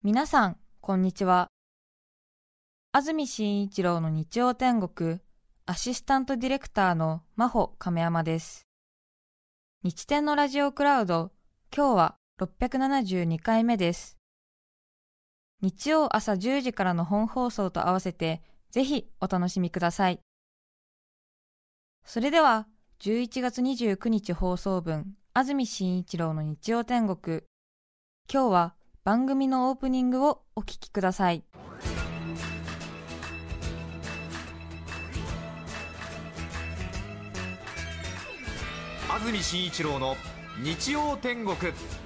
皆さんこんにちは。安住紳一郎の日曜天国アシスタントディレクターの真帆亀山です。日天のラジオクラウド、今日は672回目です。日曜朝10時からの本放送と合わせてぜひお楽しみください。それでは11月29日放送分安住紳一郎の日曜天国、今日は番組のオープニングをお聞きください。 安住紳一郎の日曜天国。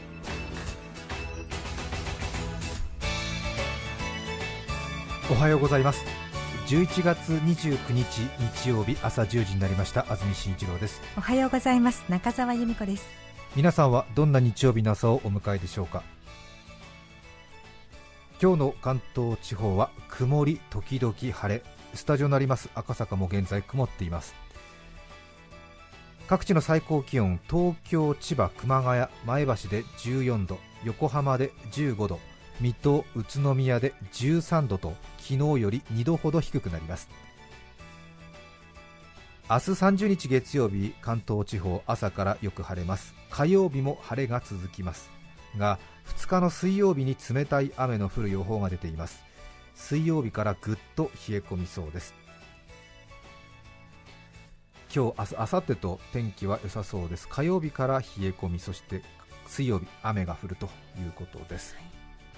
おはようございます。11月29日日曜日朝10時になりました。安住紳一郎です。 おはようございます。中澤由美子です。 皆さんはどんな日曜日の朝をお迎えでしょうか。今日の関東地方は曇り時々晴れ、スタジオになります赤坂も現在曇っています。各地の最高気温、東京、千葉、熊谷、前橋で14度、横浜で15度、水戸、宇都宮で13度と昨日より2度ほど低くなります。明日30日月曜日、関東地方朝からよく晴れます。火曜日も晴れが続きますが、2日の水曜日に冷たい雨の降る予報が出ています。水曜日からぐっと冷え込みそうです。今日、明日、明後日と天気は良さそうです。火曜日から冷え込み、そして水曜日雨が降るということです、はい。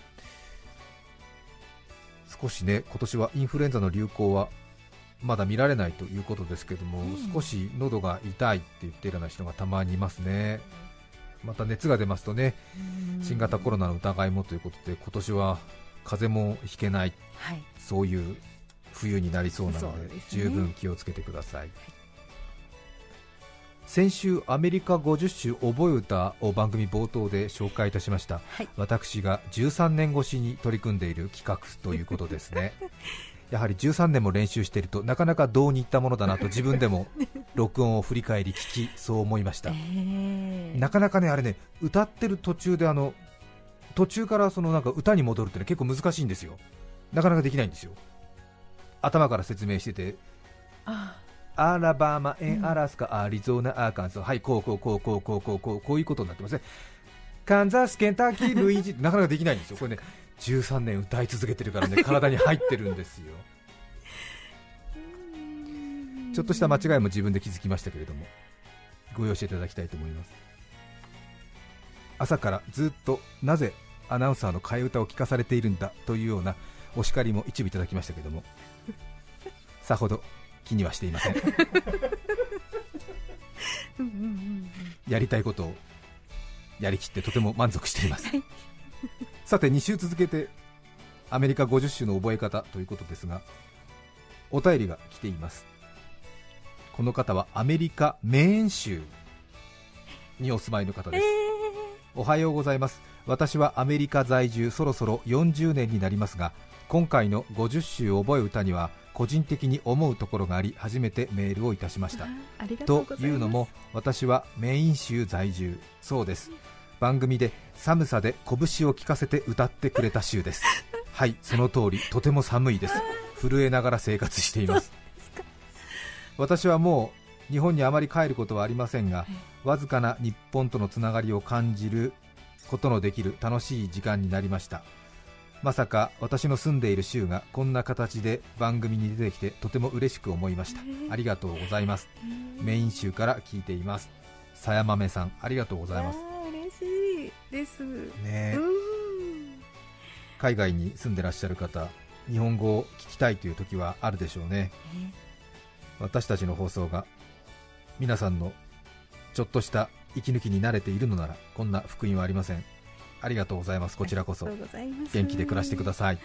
少しね、今年はインフルエンザの流行はまだ見られないということですけども、少し喉が痛いって言っているような人がたまにいますね。また熱が出ますとね、新型コロナの疑いもということで、今年は風邪もひけない、はい、そういう冬になりそうなので、十分気をつけてください、はい。先週アメリカ50首覚え歌を番組冒頭で紹介いたしました、はい、私が13年越しに取り組んでいる企画ということですね。やはり13年も練習しているとなかなかどうにいったものだなと自分でも録音を振り返り聞き、そう思いました、なかなかね、あれね、歌ってる途中で途中からなんか歌に戻るって、ね、結構難しいんですよ。なかなかできないんですよ。頭から説明してて、アラバマ、アラスカ、アリゾナ、アーカンソー、はい、こういうことになってますね。カンザス、ケンタッキー、ルイージ、なかなかできないんですよ。これね、13年歌い続けてるからね、体に入ってるんですよ。ちょっとした間違いも自分で気づきましたけれども、ご容赦いただきたいと思います。朝からずっとなぜアナウンサーの替え歌を聞かされているんだというようなお叱りも一部いただきましたけれども、さほど気にはしていません。やりたいことをやりきってとても満足しています。さて、2週続けてアメリカ50首の覚え方ということですが、お便りが来ています。この方はアメリカメーン州にお住まいの方です、おはようございます。私はアメリカ在住そろそろ40年になりますが、今回の50首覚え歌には個人的に思うところがあり、初めてメールをいたしました。というのも、私はメイン州在住。そうです、番組で寒さで拳を聞かせて歌ってくれた州です。はい、その通り、とても寒いです。震えながら生活しています。私はもう日本にあまり帰ることはありませんが、わずかな日本とのつながりを感じることのできる楽しい時間になりました。まさか私の住んでいる州がこんな形で番組に出てきてとても嬉しく思いました。ありがとうございます。メイン州から聞いています。さやまめさん、ありがとうございます。 嬉しいですね。 海外に住んでらっしゃる方、日本語を聞きたいという時はあるでしょうね。私たちの放送が皆さんのちょっとした息抜きに慣れているのなら、こんな福音はありません。ありがとうございます。こちらこそ元気で暮らしてください。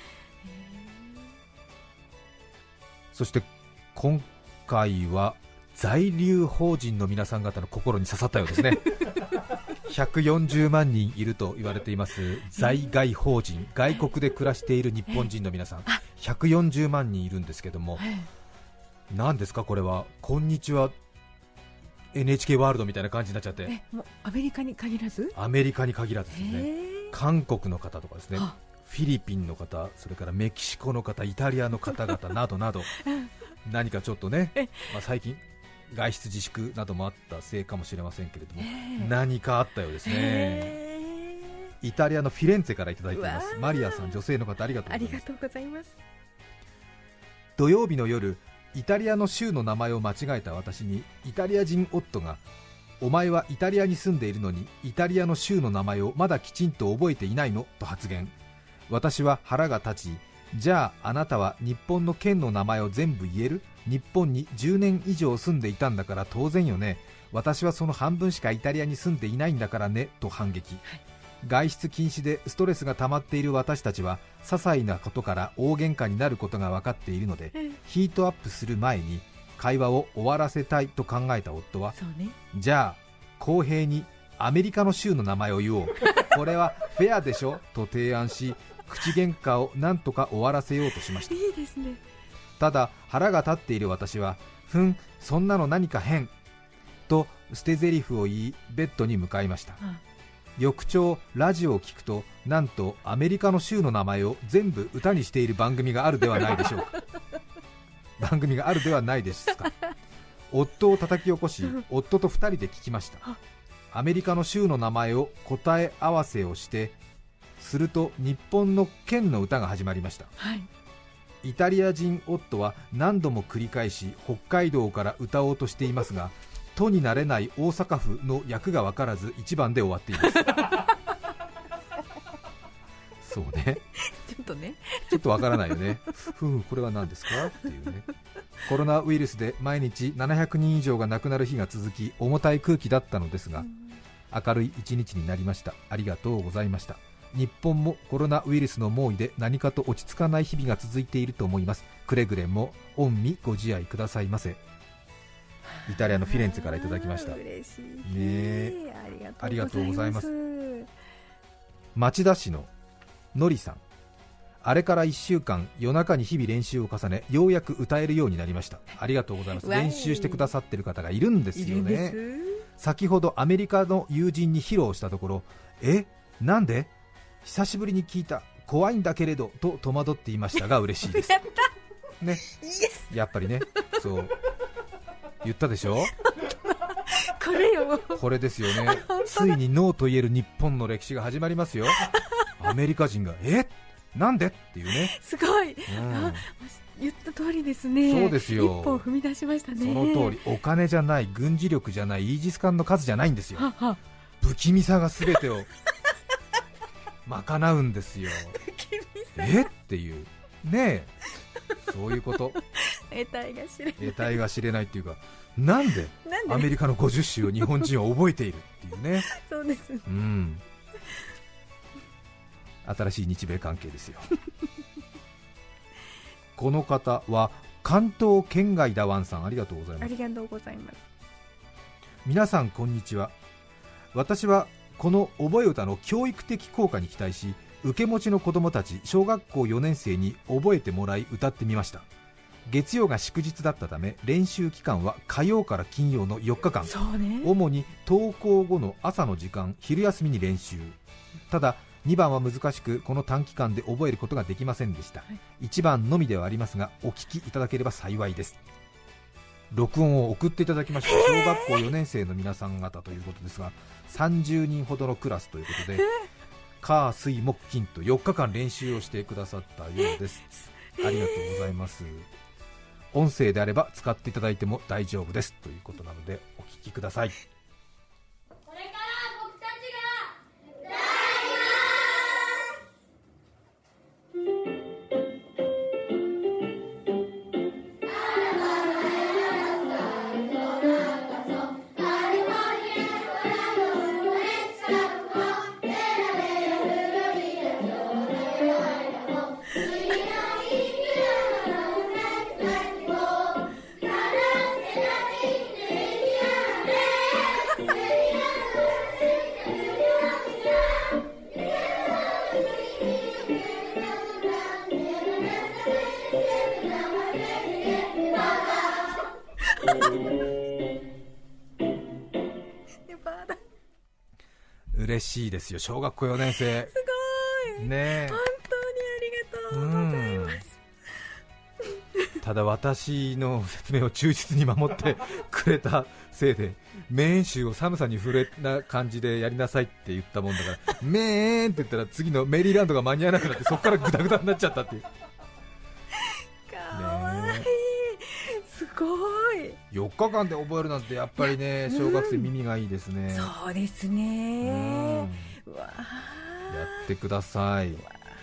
そして今回は在留邦人の皆さん方の心に刺さったようですね。140万人いると言われています在外邦人、外国で暮らしている日本人の皆さん、140万人いるんですけども、何ですかこれは。こんにちは NHK ワールドみたいな感じになっちゃって、 もうアメリカに限らず、 アメリカに限らずですね、韓国の方とかですね、 フィリピンの方、それからメキシコの方、イタリアの方々などなど何かちょっとね、最近外出自粛などもあったせいかもしれませんけれども、何かあったようですね。イタリアのフィレンツェからいただいています。マリアさん、女性の方、ありがとうございます。土曜日の夜、イタリアの州の名前を間違えた私にイタリア人夫が、お前はイタリアに住んでいるのにイタリアの州の名前をまだきちんと覚えていないのと発言。私は腹が立ち、じゃああなたは日本の県の名前を全部言える？日本に10年以上住んでいたんだから当然よね。私はその半分しかイタリアに住んでいないんだからねと反撃。外出禁止でストレスが溜まっている私たちは些細なことから大喧嘩になることが分かっているので、ヒートアップする前に会話を終わらせたいと考えた夫は、じゃあ公平にアメリカの州の名前を言おう、これはフェアでしょと提案し、口喧嘩をなんとか終わらせようとしました。 いいですね。 ただ腹が立っている私は、そんなの何か変と捨て台詞を言いベッドに向かいました。翌朝ラジオを聞くと、なんとアメリカの州の名前を全部歌にしている番組があるではないでしょうか番組があるではないですか。夫を叩き起こし、夫と2人で聞きました。アメリカの州の名前を答え合わせをして、すると日本の県の歌が始まりました。イタリア人夫は何度も繰り返し北海道から歌おうとしていますが、都になれない大阪府の役が分からず1番で終わっていますそうね、ちょっと分からないよねこれは何ですかっていうね。コロナウイルスで毎日700人以上が亡くなる日が続き、重たい空気だったのですが、明るい一日になりました。ありがとうございました。日本もコロナウイルスの猛威で何かと落ち着かない日々が続いていると思います。くれぐれも御身ご自愛くださいませ。イタリアのフィレンツェからいただきました。 嬉しいね、ありがとうございます。 す。 町田市ののりさん、あれから1週間夜中に日々練習を重ね、ようやく歌えるようになりました。ありがとうございます。練習してくださってる方がいるんですよね。先ほどアメリカの友人に披露したところ、なんで久しぶりに聞いた、怖いんだけれどと戸惑っていましたが嬉しいですね。やっぱりね、そう言ったでしょこれよ、 これですよね。ついにノーと言える日本の歴史が始まりますよアメリカ人がなんでっていうね。 すごい、言った通りですね。 そうですよ、 一歩踏み出しましたね。 その通り、お金じゃない、軍事力じゃない、イージス艦の数じゃないんですよ。不気味さが全てを賄うんですよっていうね、そういうこと得体が知れない、 得体が知れないっていうか、なんでアメリカの50州を日本人は覚えているっていうねそうです、 新しい日米関係ですよこの方は関東県外だワンさん、ありがとうございます。 ありがとうございます。 皆さんこんにちは。私はこの覚え歌の教育的効果に期待し、受け持ちの子どもたち小学校4年生に覚えてもらい歌ってみました。月曜が祝日だったため練習期間は火曜から金曜の4日間、主に登校後の朝の時間、昼休みに練習。ただ2番は難しく、この短期間で覚えることができませんでした。1番のみではありますがお聞きいただければ幸いです。録音を送っていただきました。小学校4年生の皆さん方ということですが、30人ほどのクラスということで、火水木金と4日間練習をしてくださったようです。ありがとうございます。音声であれば使っていただいても大丈夫ですということなのでお聞きください。 これから僕たちが歌い嬉しいですよ、小学校4年生。 すごいね、 本ただ私の説明を忠実に守ってくれたせいでメーン州を寒さに触れな感じでやりなさいって言ったもんだからメーンって言ったら次のメリーランドが間に合わなくなってそこからグダグダになっちゃったっていう。 かわいい、すごい。 4日間で覚えるなんてやっぱりね、小学生耳がいいですね。 そうですね。うわやってください。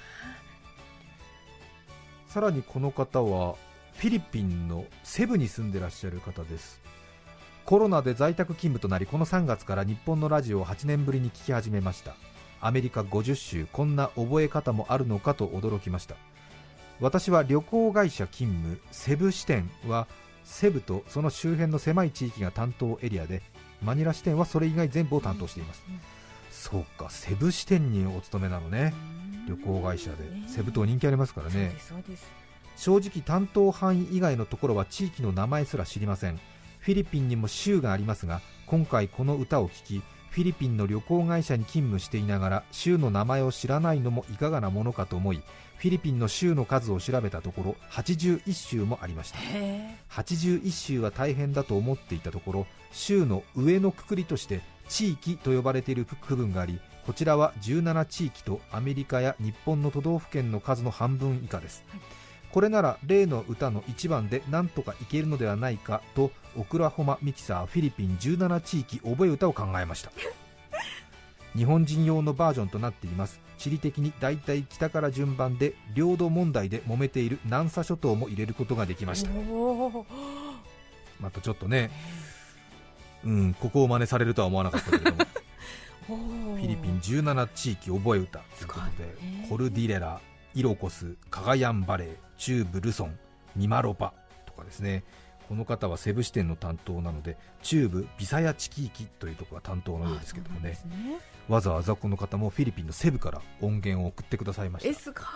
さらにこの方はフィリピンのセブに住んでらっしゃる方です。コロナで在宅勤務となり、この3月から日本のラジオを8年ぶりに聞き始めました。アメリカ50州、こんな覚え方もあるのかと驚きました。私は旅行会社勤務、セブ支店はセブとその周辺の狭い地域が担当エリアで、マニラ支店はそれ以外全部を担当しています。そうか、セブ支店にお勤めなのね。旅行会社でセブ島人気ありますからね。 そうです。 正直担当範囲以外のところは地域の名前すら知りません。フィリピンにも州がありますが、今回この歌を聴き、フィリピンの旅行会社に勤務していながら州の名前を知らないのもいかがなものかと思い、フィリピンの州の数を調べたところ81州もありました。81州は大変だと思っていたところ、州の上のくくりとして地域と呼ばれている区分があり、こちらは17地域とアメリカや日本の都道府県の数の半分以下です。これなら例の歌の1番でなんとかいけるのではないかと、オクラホマミキサーフィリピン17地域覚え歌を考えました。日本人用のバージョンとなっています。地理的にだいたい北から順番で、領土問題で揉めている南沙諸島も入れることができました。またちょっとね、ここを真似されるとは思わなかったけれどもフィリピン17地域覚え歌ということで、コルディレラ、イロコス、カガヤンバレー、中部ルソン、ニマロパとかですね。この方はセブ支店の担当なので、中部ビサヤチキ域というところが担当のようですけどもね。わざわざこの方もフィリピンのセブから音源を送ってくださいました。 すごい。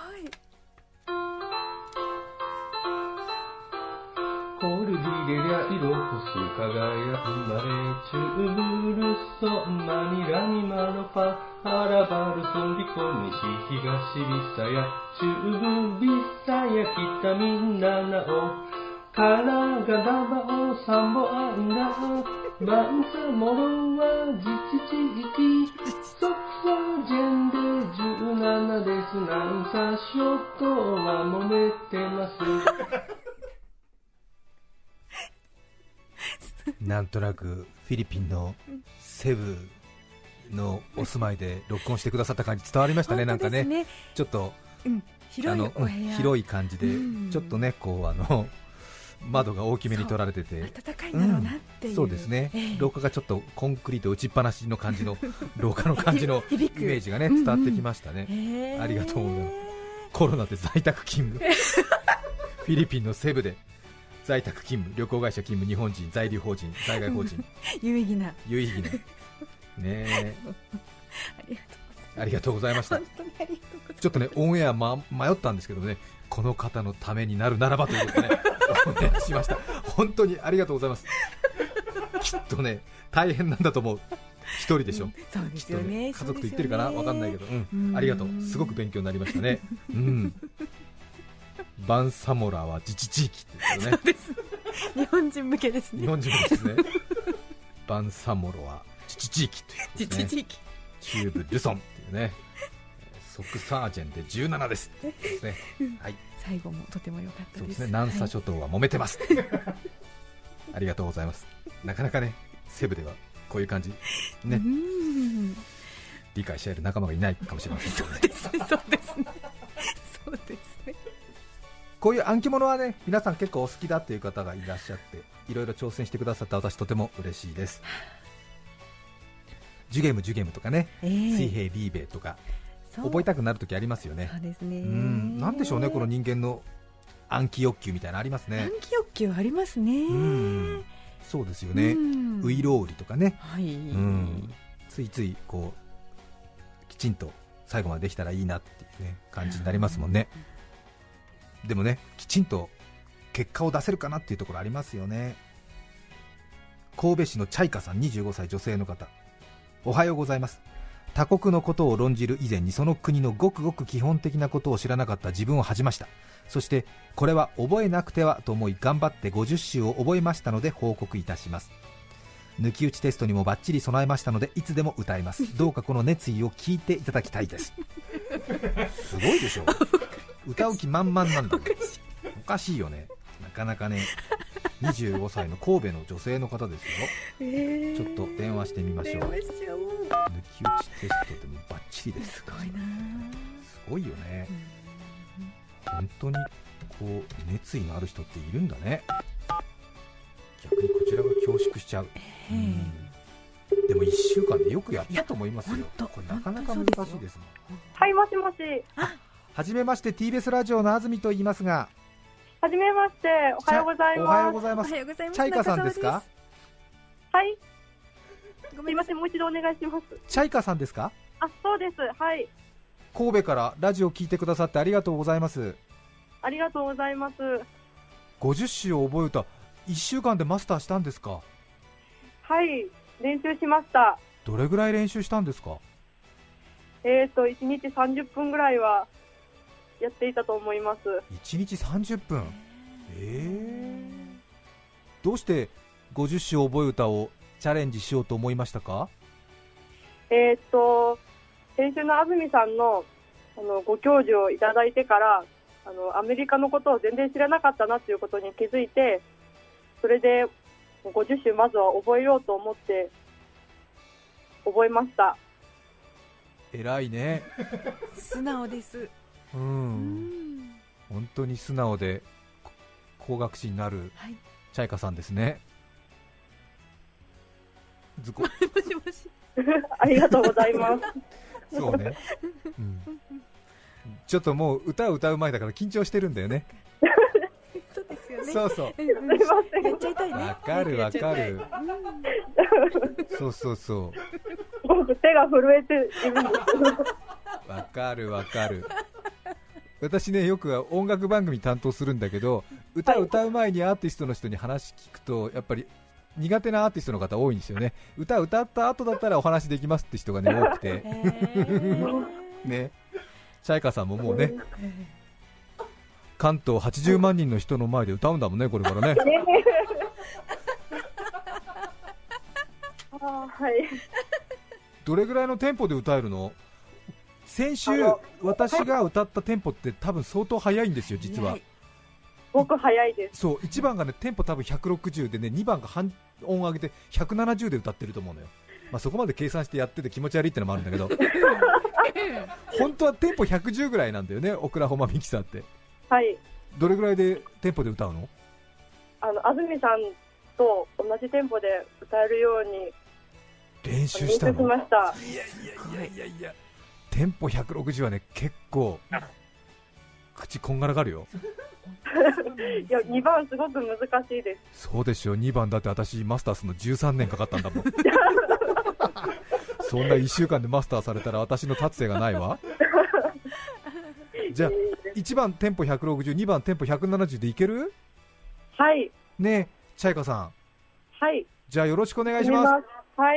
コルディレラ、イロコス、カガヤンバレー、中部ルソン、マニラ、ニマロパ、アラバルソン、リコ、西、東、ビサヤ、中部ビサヤ、北、ミンダナオ、カラガダバオ、サンボアンダ、バンサモロは自治地域、ソクサジェンで17です。南沙諸島は揉めてます。 なんとなくフィリピンのセブのお住まいで録音してくださった感じ伝わりましたね。なんかね、ちょっと、広い感じで、ちょっとね、こう窓が大きめに取られてて暖かいだろうなっていう、 そうですね、廊下がちょっとコンクリート打ちっぱなしの感じの廊下の感じのイメージがね伝わってきましたね。ありがとうございます。コロナで在宅勤務フィリピンのセブで在宅勤務、旅行会社勤務、日本人、在留邦人、在外邦人有意義なねありがとうございました。ちょっとねオンエア、迷ったんですけどね、この方のためになるならばということでねお願いしました。本当にありがとうございます。きっとね大変なんだと思う。一人でしょ、 そうですよね、 家族と言ってるかな、わかんないけど、ありがとう、すごく勉強になりましたね。バンサモラは自治地域っていうことね。 日本人向けですね。 日本人向けですね。バンサモロは自治地域ということですね。中部ルソンっていうね、ソクサージェンで17ですですね。はい。 最後もとても良かったです。 そうですね。南沙諸島は揉めてます。ありがとうございます。なかなかねセブではこういう感じね、理解し合える仲間がいないかもしれません。 そうですね。そうですね。そうですね。 こういう暗記物はね皆さん結構お好きだっていう方がいらっしゃって、いろいろ挑戦してくださった私とても嬉しいです。ジュゲムとかね、水平リーベとか覚えたくなるときありますよね。 そうですね。 なんでしょうね、この人間の暗記欲求みたいなのありますね。 暗記欲求ありますね。 そうですよね。ウイロウリとかね、ついついこうきちんと最後までできたらいいなっていうね感じになりますもんね。でもね、きちんと結果を出せるかなっていうところありますよね。神戸市のチャイカさん、25歳女性の方、おはようございます。 他国のことを論じる以前にその国のごくごく基本的なことを知らなかった自分を恥じました。そしてこれは覚えなくてはと思い頑張って50首を覚えましたので報告いたします。抜き打ちテストにもバッチリ備えましたのでいつでも歌えます。どうかこの熱意を聞いていただきたいです。すごいでしょ、歌う気満々なんだけどおかしいよね。なかなかね、25歳の神戸の女性の方ですよ、ちょっと電話してみましょう。抜き打ちテストでもバッチリです。 すごいな、 すごいよね、本当にこう熱意のある人っているんだね。逆にこちらが恐縮しちゃう、でも1週間でよくやったと思いますよ。これなかなか難しいですもん。 はい、もしもし。 はじめまして、 TBS ラジオの安住と言いますが。 はじめまして、おはようございます。 おはようございます。チャイカさんですか？ はい、すみません、もう一度お願いします。 チャイカさんですか？ あ、そうです。はい、 神戸からラジオ聞いてくださってありがとうございます。 ありがとうございます。 50首を覚え歌、1週間でマスターしたんですか？ はい、練習しました。 どれぐらい練習したんですか 1日30分ぐらいはやっていたと思います。 1日30分、どうして50首覚え歌をチャレンジしようと思いましたか？ 先週の安住さんのご教授をいただいてからアメリカのことを全然知らなかったなということに気づいて、それで50首まずは覚えようと思って覚えました。 偉いね。 素直です。 本当に素直で高学士になるチャイカさんですね。ずこもしもしありがとうございます。 そうね、ちょっともう歌を歌う前だから緊張してるんだよね。 そうですよね。 そうそう、 すいません。 やっちゃいたいね。 わかるわかる。そうそうそう。 すごく手が震えているんです。 わかるわかる。私ね、よく音楽番組担当するんだけど、歌を歌う前にアーティストの人に話聞くとやっぱり苦手なアーティストの方多いんですよね。歌歌った後だったらお話できますって人がね多くてね、チャイカさんももうね、関東80万人の人の前で歌うんだもんね、これからね。 はい。 どれぐらいのテンポで歌えるの？先週私が歌ったテンポって多分相当速いんですよ、実は。 僕早いです。 そう、1番がねテンポ多分160でね、2番が半音上げて170で歌ってると思うのよ。まあ、そこまで計算してやってて気持ち悪いってのもあるんだけど本当はテンポ110ぐらいなんだよね、オクラホマミキサーって。 はい。 どれぐらいでテンポで歌うの？ 安住さんと同じテンポで歌えるように練習したの？ 練習しました。 いやテンポ160はね結構口こんがらがるよ。 いや、2番すごく難しいです。 そうでしょ、2番だって私マスターするの13年かかったんだもんそんな1週間でマスターされたら私の立つ瀬がないわじゃあ1番テンポ160、2番テンポ170でいける？ はいねえ、チャイカさん。 はい、 じゃあよろしくお願いします。 はい。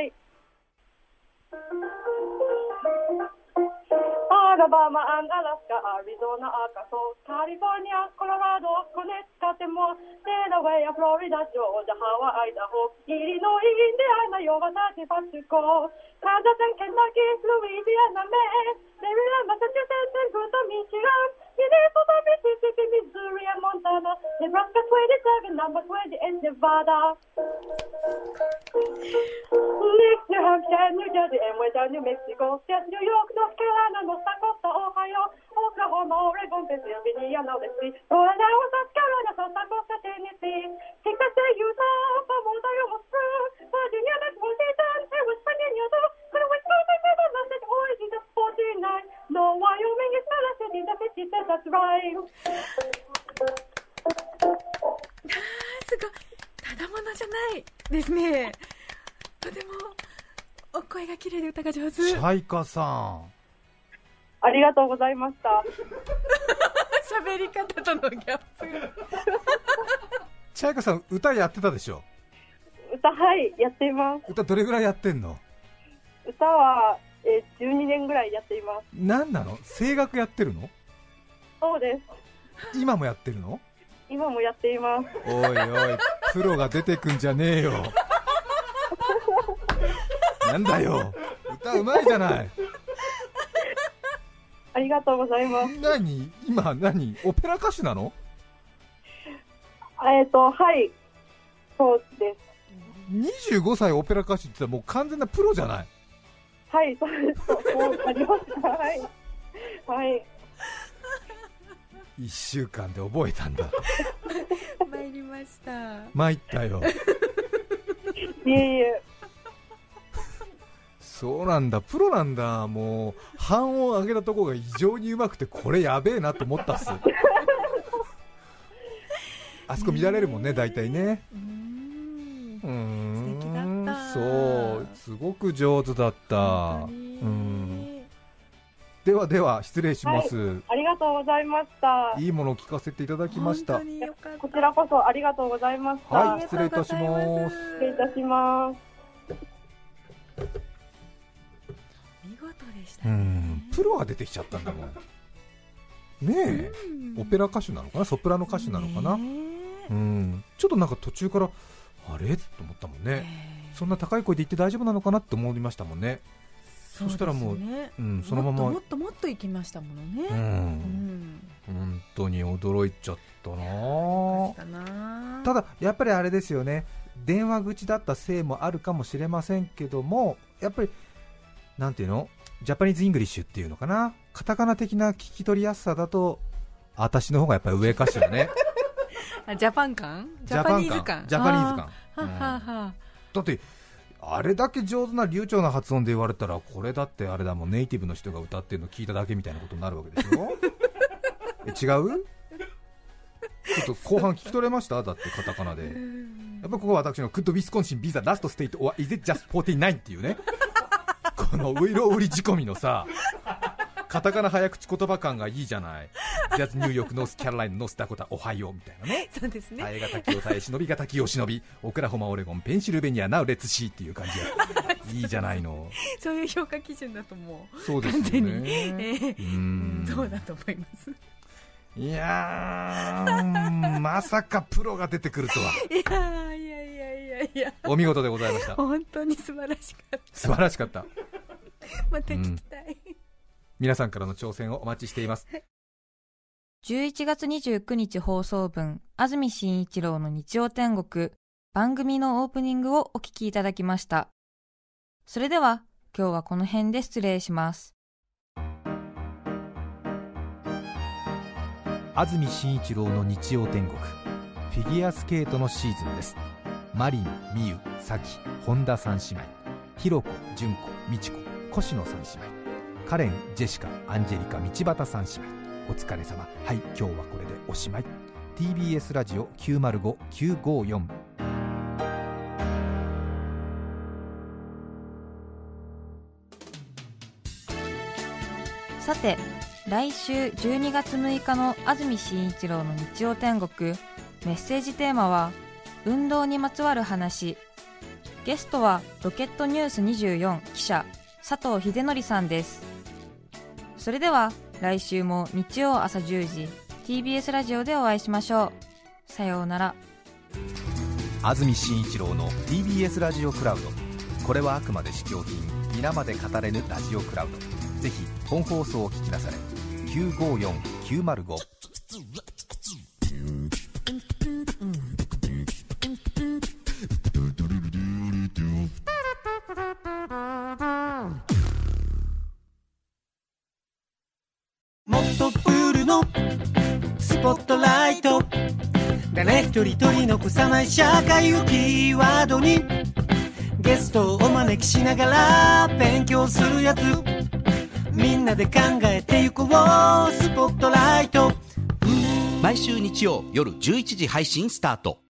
アラバマ、アンダラスカ、アリゾナ、アーカソー、カリフォルニア、コロラド、コネチカテモ、デラウェイ、フロリダ、ジョージア、ハワイ、アイダホ、イリノイ、インディアナ、ヨガタチ、パシコ、カザチャン、ケンタッキー、ルイジアナ、メー、メリラン、マサチューセッツ、グータ、ミシガン、ミネソタ、ミシシピ、ミズーリア、モンタナ、ネブラスカ27、ナンバー28、ネバダ。New Hampshire, New Jersey, and way down New Mexico, just New York, North Carolina, North Dakota, Ohio, Oklahoma, Oregon, Pennsylvania, now let's see, Florida, South Carolina, South Dakota, Tennessee, Texas, Utah, Vermont, Iowa, Virginia, Washington, and West Virginia, Wisconsin, Nebraska, Oregon, that's 49, no, Wyoming is not a city, the city says that's right. すごい、ただものじゃないですね。とてもお声が綺麗で歌が上手。 チャイカさん、 ありがとうございました。 喋り方とのギャップチャイカさん歌やってたでしょ？ 歌、はい、やっています。 歌どれぐらいやってんの？ 歌は 12年ぐらいやっています。 何なの？声楽やってるの？ そうです。 今もやってるの？ 今もやっています。 おいおい、プロが出てくんじゃねえよ。なんだよ、歌うまいじゃない。 ありがとうございます。 今オペラ歌手なの？ はい、そうです。 25歳オペラ歌手って言ったらもう完全なプロじゃない。 はい、そうです。そうなりました。はい。はい。 1週間で覚えたんだ。 参りました。 参ったよ。 いえいえ。 そうなんだ、プロなんだ。もう半音上げたとこが異常にうまくて、これやべえなと思ったっす。あそこ見られるもんね、大体ね。 素敵だった。 そう、すごく上手だった。ではでは失礼します、 はい、ありがとうございました。 いいものを聞かせていただきました。 こちらこそありがとうございました。 はい、失礼いたします。 失礼いたします。 見事でしたね。 プロが出てきちゃったんだもんねえ。オペラ歌手なのかな、ソプラノ歌手なのかな。ちょっとなんか途中からあれと思ったもんね。そんな高い声で言って大丈夫なのかなって思いましたもんね。そしたらもう、そのままもっと行きましたものね。 本当に驚いちゃったな。ただやっぱりあれですよね、電話口だったせいもあるかもしれませんけども、やっぱりなんていうの、ジャパニーズイングリッシュっていうのかな、カタカナ的な聞き取りやすさだと私の方がやっぱり上かしらね。 ジャパニーズ感。だってあれだけ上手な流暢な発音で言われたら、これだってあれだもん、ネイティブの人が歌ってるの聞いただけみたいなことになるわけでしょ。違う？ちょっと後半聞き取れました？だってカタカナで。やっぱここは私のクッドウィスコンシンビザラストステイト or is it just 49っていうね、このういろうり仕込みのさ、カタカナ早口言葉感がいいじゃない。ジャズニューヨークノースキャロライナノースダコタオハイオみたいなね。 そうですね。 耐えが滝を耐え忍びが滝を忍び、オクラホマオレゴンペンシルベニアナウレッツシーっていう感じでいいじゃないの。 そういう評価基準だともうそうですよね。 そうだと思います。 いやー、まさかプロが出てくるとは。いやお見事でございました。 本当に素晴らしかった。 素晴らしかった。 また聞きたい。 皆さんからの挑戦をお待ちしています。 11月29日放送分、安住紳一郎の日曜天国、番組のオープニングをお聞きいただきました。それでは今日はこの辺で失礼します。 安住紳一郎の日曜天国、フィギュアスケートのシーズンです。マリン、ミユ、サキ、本田三姉妹、ひろこ、じゅんこ、みちこ、越野三姉妹、カレン、ジェシカ、アンジェリカ、道端三姉妹、お疲れ様。はい、今日はこれでおしまい。 TBS ラジオ 905-954。 さて、来週12月6日の安住紳一郎の日曜天国、メッセージテーマは運動にまつわる話。ゲストはロケットニュース24記者佐藤秀則さんです。それでは来週も日曜朝10時 TBS ラジオでお会いしましょう。さようなら。 安住紳一郎の TBS ラジオクラウド。これはあくまで試供品、皆まで語れぬラジオクラウド。ぜひ本放送を聞きなされ。954-905。 もっとプールのスポットライト、誰一人取り残さない社会をキーワードに、ゲストをお招きしながら勉強するやつ、みんなで考えてゆこうスポットライト。 毎週日曜夜11時配信スタート。